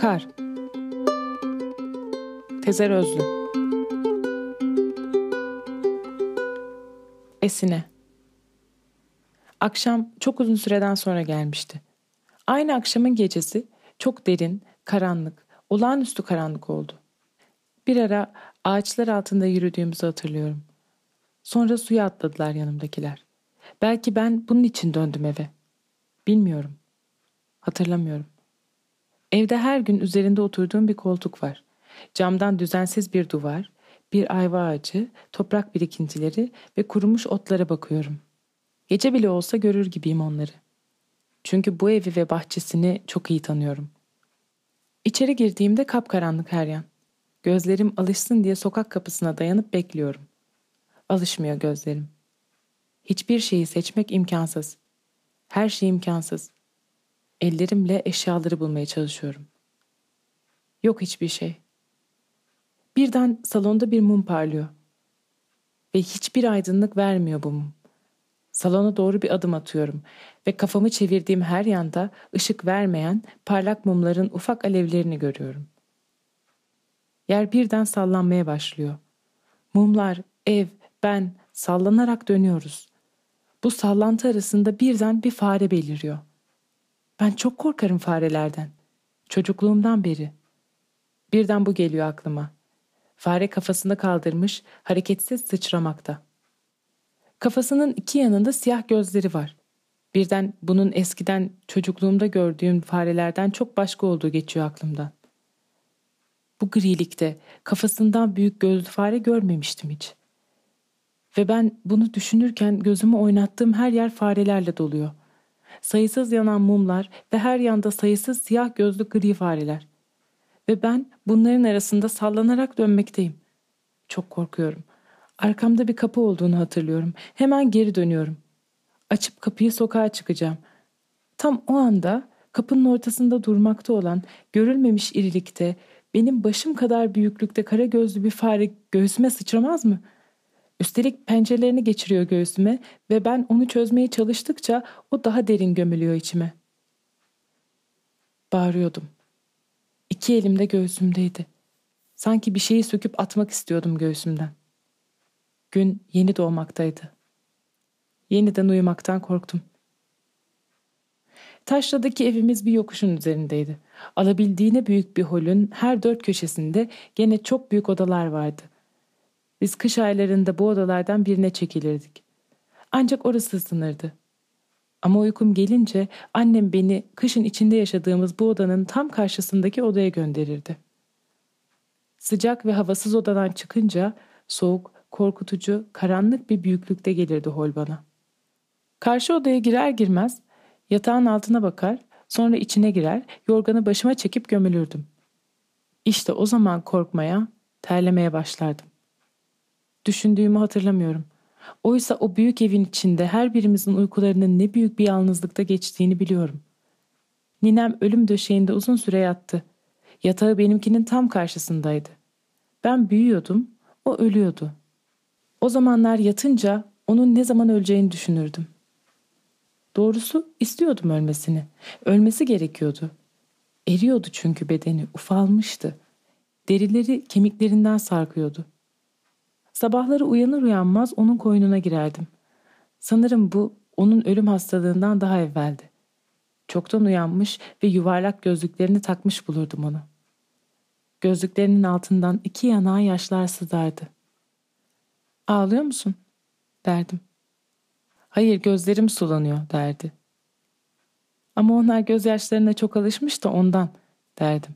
Kar. Tezer Özlü. Esine. Akşam çok uzun süreden sonra gelmişti. Aynı akşamın gecesi çok derin, karanlık, olağanüstü karanlık oldu. Bir ara ağaçlar altında yürüdüğümüzü hatırlıyorum. Sonra suya atladılar yanımdakiler. Belki ben bunun için döndüm eve. Bilmiyorum. Hatırlamıyorum. Evde her gün üzerinde oturduğum bir koltuk var. Camdan düzensiz bir duvar, bir ayva ağacı, toprak birikintileri ve kurumuş otlara bakıyorum. Gece bile olsa görür gibiyim onları. Çünkü bu evi ve bahçesini çok iyi tanıyorum. İçeri girdiğimde kapkaranlık her yan. Gözlerim alışsın diye sokak kapısına dayanıp bekliyorum. Alışmıyor gözlerim. Hiçbir şeyi seçmek imkansız. Her şey imkansız. Ellerimle eşyaları bulmaya çalışıyorum. Yok hiçbir şey. Birden salonda bir mum parlıyor. Ve hiçbir aydınlık vermiyor bu mum. Salona doğru bir adım atıyorum ve kafamı çevirdiğim her yanda ışık vermeyen parlak mumların ufak alevlerini görüyorum. Yer birden sallanmaya başlıyor. Mumlar, ev, ben sallanarak dönüyoruz. Bu sallantı arasında birden bir fare beliriyor. Ben çok korkarım farelerden. Çocukluğumdan beri. Birden bu geliyor aklıma. Fare kafasını kaldırmış, hareketsiz sıçramakta. Kafasının iki yanında siyah gözleri var. Birden bunun eskiden çocukluğumda gördüğüm farelerden çok başka olduğu geçiyor aklımdan. Bu grilikte kafasından büyük gözlü fare görmemiştim hiç. Ve ben bunu düşünürken gözümü oynattığım her yer farelerle doluyor. Sayısız yanan mumlar ve her yanda sayısız siyah gözlü gri fareler. Ve ben bunların arasında sallanarak dönmekteyim. Çok korkuyorum. Arkamda bir kapı olduğunu hatırlıyorum. Hemen geri dönüyorum. Açıp kapıyı sokağa çıkacağım. Tam o anda kapının ortasında durmakta olan görülmemiş irilikte benim başım kadar büyüklükte kara gözlü bir fare göğsüme sıçramaz mı? Üstelik pençelerini geçiriyor göğsüme ve ben onu çözmeye çalıştıkça o daha derin gömülüyor içime. Bağırıyordum. İki elim de göğsümdeydi. Sanki bir şeyi söküp atmak istiyordum göğsümden. Gün yeni doğmaktaydı. Yeniden uyumaktan korktum. Taşra'daki evimiz bir yokuşun üzerindeydi. Alabildiğine büyük bir holün her dört köşesinde gene çok büyük odalar vardı. Biz kış aylarında bu odalardan birine çekilirdik. Ancak orası ısınırdı. Ama uykum gelince annem beni kışın içinde yaşadığımız bu odanın tam karşısındaki odaya gönderirdi. Sıcak ve havasız odadan çıkınca soğuk, korkutucu, karanlık bir büyüklükte gelirdi hol bana. Karşı odaya girer girmez yatağın altına bakar, sonra içine girer, yorganı başıma çekip gömülürdüm. İşte o zaman korkmaya, terlemeye başlardım. Düşündüğümü hatırlamıyorum. Oysa o büyük evin içinde her birimizin uykularının ne büyük bir yalnızlıkta geçtiğini biliyorum. Ninem ölüm döşeğinde uzun süre yattı. Yatağı benimkinin tam karşısındaydı. Ben büyüyordum, o ölüyordu. O zamanlar yatınca onun ne zaman öleceğini düşünürdüm. Doğrusu istiyordum ölmesini. Ölmesi gerekiyordu. Eriyordu çünkü bedeni, ufalmıştı. Derileri kemiklerinden sarkıyordu. Sabahları uyanır uyanmaz onun koynuna girerdim. Sanırım bu onun ölüm hastalığından daha evveldi. Çoktan uyanmış ve yuvarlak gözlüklerini takmış bulurdum onu. Gözlüklerinin altından iki yanağa yaşlar sızardı. "Ağlıyor musun?" derdim. "Hayır, gözlerim sulanıyor," derdi. "Ama onlar gözyaşlarına çok alışmış da ondan," derdim.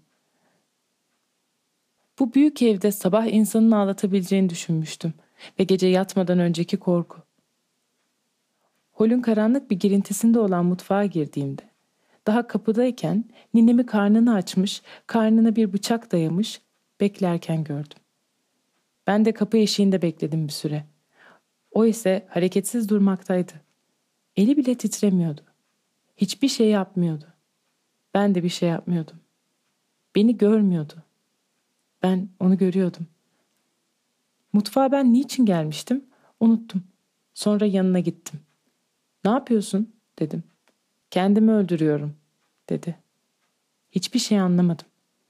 Bu büyük evde sabah insanın ağlatabileceğini düşünmüştüm ve gece yatmadan önceki korku. Holün karanlık bir girintisinde olan mutfağa girdiğimde, daha kapıdayken ninemi karnını açmış, karnına bir bıçak dayamış, beklerken gördüm. Ben de kapı eşiğinde bekledim bir süre. O ise hareketsiz durmaktaydı. Eli bile titremiyordu. Hiçbir şey yapmıyordu. Ben de bir şey yapmıyordum. Beni görmüyordu. Ben onu görüyordum. Mutfağa ben niçin gelmiştim? Unuttum. Sonra yanına gittim. "Ne yapıyorsun?" dedim. "Kendimi öldürüyorum," dedi. Hiçbir şey anlamadım.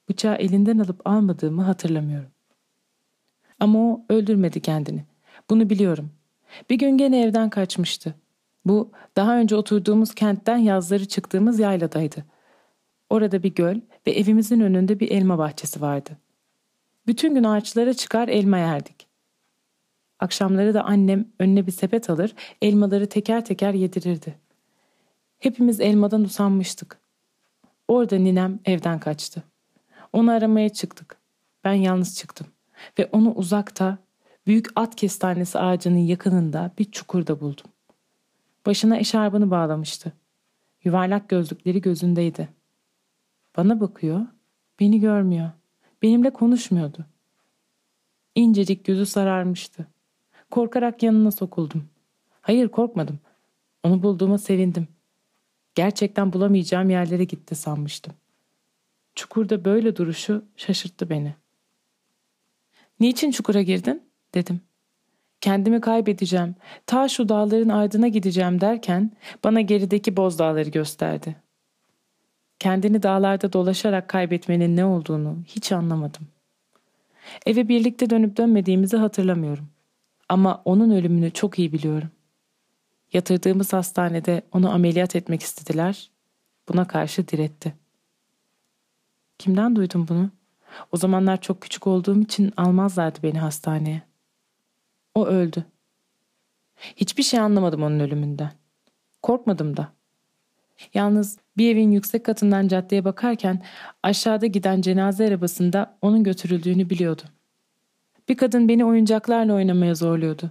Bıçağı elinden alıp almadığımı hatırlamıyorum. Ama o öldürmedi kendini. Bunu biliyorum. Bir gün gene evden kaçmıştı. Bu daha önce oturduğumuz kentten yazları çıktığımız yayladaydı. Orada bir göl ve evimizin önünde bir elma bahçesi vardı. Bütün gün ağaçlara çıkar elma yerdik. Akşamları da annem önüne bir sepet alır, elmaları teker teker yedirirdi. Hepimiz elmadan usanmıştık. Orada ninem evden kaçtı. Onu aramaya çıktık. Ben yalnız çıktım ve onu uzakta, büyük at kestanesi ağacının yakınında bir çukurda buldum. Başına eşarbını bağlamıştı. Yuvarlak gözlükleri gözündeydi. Bana bakıyor, beni görmüyor. Benimle konuşmuyordu. İncecik gözü sararmıştı. Korkarak yanına sokuldum. Hayır, korkmadım. Onu bulduğuma sevindim. Gerçekten bulamayacağım yerlere gitti sanmıştım. Çukurda böyle duruşu şaşırttı beni. "Niçin çukura girdin?" dedim. "Kendimi kaybedeceğim, ta şu dağların ardına gideceğim" derken bana gerideki boz dağları gösterdi. Kendini dağlarda dolaşarak kaybetmenin ne olduğunu hiç anlamadım. Eve birlikte dönüp dönmediğimizi hatırlamıyorum. Ama onun ölümünü çok iyi biliyorum. Yatırdığımız hastanede onu ameliyat etmek istediler. Buna karşı diretti. Kimden duydum bunu? O zamanlar çok küçük olduğum için almazlardı beni hastaneye. O öldü. Hiçbir şey anlamadım onun ölümünden. Korkmadım da. Yalnız bir evin yüksek katından caddeye bakarken aşağıda giden cenaze arabasında onun götürüldüğünü biliyordum. Bir kadın beni oyuncaklarla oynamaya zorluyordu.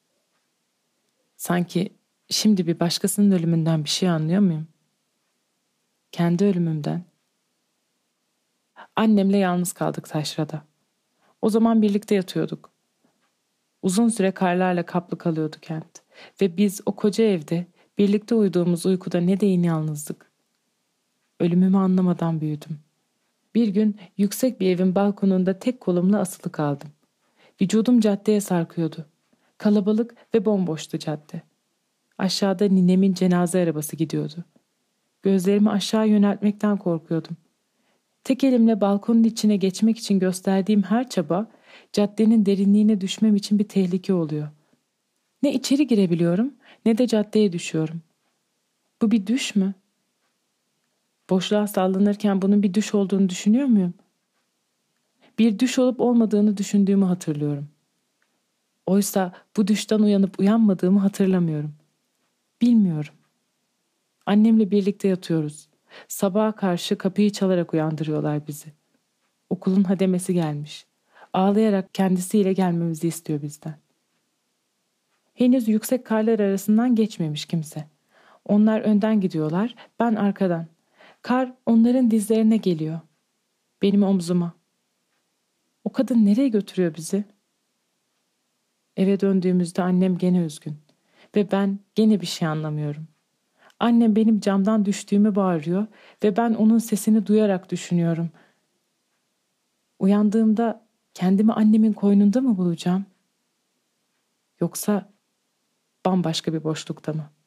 Sanki şimdi bir başkasının ölümünden bir şey anlıyor muyum? Kendi ölümümden. Annemle yalnız kaldık taşrada. O zaman birlikte yatıyorduk. Uzun süre karlarla kaplı kalıyordu kent. Ve biz o koca evde birlikte uyuduğumuz uykuda ne deyin yalnızdık. Ölümümü anlamadan büyüdüm. Bir gün yüksek bir evin balkonunda tek kolumla asılı kaldım. Vücudum caddeye sarkıyordu. Kalabalık ve bomboştu cadde. Aşağıda ninemin cenaze arabası gidiyordu. Gözlerimi aşağı yöneltmekten korkuyordum. Tek elimle balkonun içine geçmek için gösterdiğim her çaba caddenin derinliğine düşmem için bir tehlike oluyor. Ne içeri girebiliyorum ne de caddeye düşüyorum. Bu bir düş mü? Boşluğa sallanırken bunun bir düş olduğunu düşünüyor muyum? Bir düş olup olmadığını düşündüğümü hatırlıyorum. Oysa bu düşten uyanıp uyanmadığımı hatırlamıyorum. Bilmiyorum. Annemle birlikte yatıyoruz. Sabaha karşı kapıyı çalarak uyandırıyorlar bizi. Okulun hademesi gelmiş. Ağlayarak kendisiyle gelmemizi istiyor bizden. Henüz yüksek karlar arasından geçmemiş kimse. Onlar önden gidiyorlar, ben arkadan. Kar onların dizlerine geliyor. Benim omzuma. O kadın nereye götürüyor bizi? Eve döndüğümüzde annem gene üzgün. Ve ben gene bir şey anlamıyorum. Annem benim camdan düştüğümü bağırıyor ve ben onun sesini duyarak düşünüyorum. Uyandığımda kendimi annemin koynunda mı bulacağım? Yoksa bambaşka bir boşlukta mı?